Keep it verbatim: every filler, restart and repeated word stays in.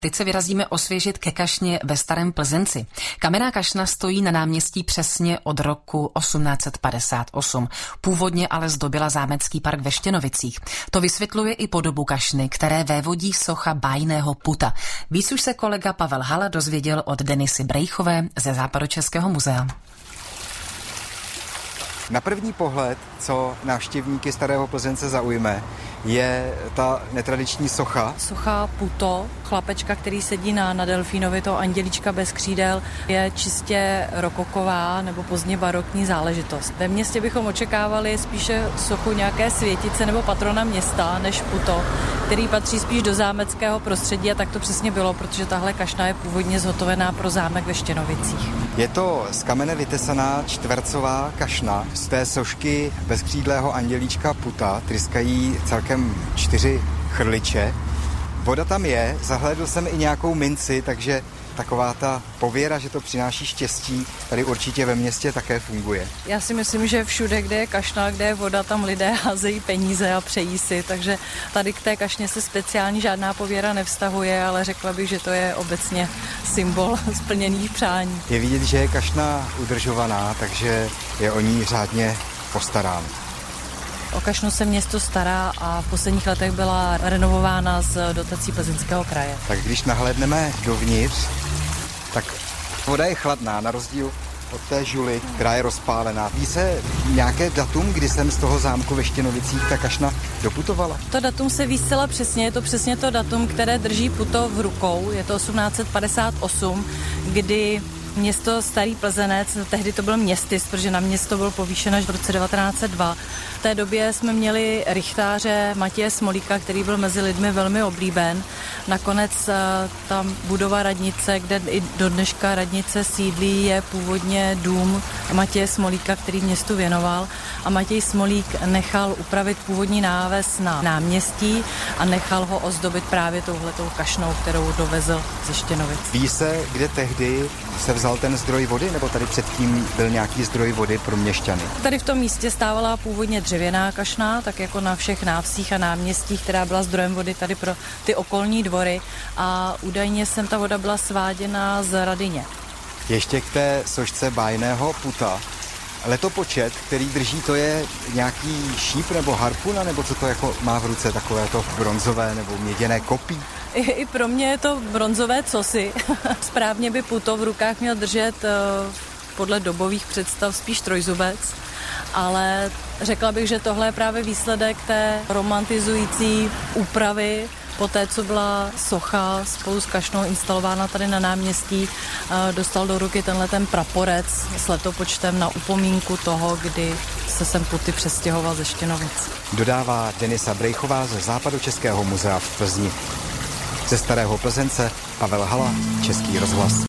Teď se vyrazíme osvěžit ke kašně ve Starém Plzenci. Kamenná kašna stojí na náměstí přesně od roku osmnáct set padesát osm. Původně ale zdobila zámecký park ve Štěnovicích. To vysvětluje i podobu kašny, které vévodí socha bájného puta. Víc už se kolega Pavel Hala dozvěděl od Denisy Brejchové ze Západočeského muzea. Na první pohled, co návštěvníky Starého Plzence zaujme, je ta netradiční socha. Socha Puto, chlapečka, který sedí na, na delfínovi, to andělíčka bez křídel, je čistě rokoková nebo pozdně barokní záležitost. Ve městě bychom očekávali spíše sochu nějaké světice nebo patrona města než Puto, který patří spíš do zámeckého prostředí, a tak to přesně bylo, protože tahle kašna je původně zhotovená pro zámek ve Štěnovicích. Je to z kamene vytesaná čtvercová kašna. Z té sošky bezkřídlého andělíčka Puta tryskají celkem čtyři chrliče. Voda tam je, zahlédl jsem i nějakou minci, takže taková ta pověra, že to přináší štěstí, tady určitě ve městě také funguje. Já si myslím, že všude, kde je kašna, kde je voda, tam lidé házejí peníze a přejí si, takže tady k té kašně se speciální žádná pověra nevztahuje, ale řekla bych, že to je obecně symbol splněných přání. Je vidět, že je kašna udržovaná, takže je o ní řádně postarán. O kašnu se město stará a v posledních letech byla renovována z dotací Plzeňského kraje. Tak když nahlédneme dovnitř, tak voda je chladná, na rozdíl od té žuly, která je rozpálená. Ví se nějaké datum, kdy jsem z toho zámku ve Štěnovicích ta kašna doputovala? To datum se ví zcela přesně, je to přesně to datum, které drží Puto v rukou, je to osmnáct set padesát osm, kdy město Starý Plzenec, tehdy to byl městys, protože na město byl povýšen až v roce devatenáct set dva. V té době jsme měli rychtáře Matěje Smolíka, který byl mezi lidmi velmi oblíben. Nakonec ta budova radnice, kde i do dneška radnice sídlí, je původně dům Matěje Smolíka, který městu věnoval. A Matěj Smolík nechal upravit původní náves na náměstí a nechal ho ozdobit právě touhletou kašnou, kterou dovezl ze Štěnovic. Ví se, kde tehdy se vzal ten zdroj vody, nebo tady předtím byl nějaký zdroj vody pro měšťany? Tady v tom místě stávala původně dřevěná kašna, tak jako na všech návsích a náměstích, která byla zdrojem vody tady pro ty okolní dvory, a údajně sem ta voda byla sváděna z Radyně. Ještě k té sošce bájného Puta. Letopočet, který drží, to je nějaký šíp nebo harpuna, nebo co to jako má v ruce, takové to bronzové nebo měděné kopí? I, I pro mě je to bronzové cosi. Správně by Puto v rukách měl držet uh, podle dobových představ spíš trojzubec, ale řekla bych, že tohle je právě výsledek té romantizující úpravy. Poté, co byla socha spolu s kašnou instalována tady na náměstí, dostal do ruky tenhle ten praporec s letopočtem na upomínku toho, kdy se sem Puty přestěhoval ze Štěnovic. Dodává Denisa Brejchová ze Západočeského muzea v Plzni. Ze Starého Plzence Pavel Hala, Český rozhlas.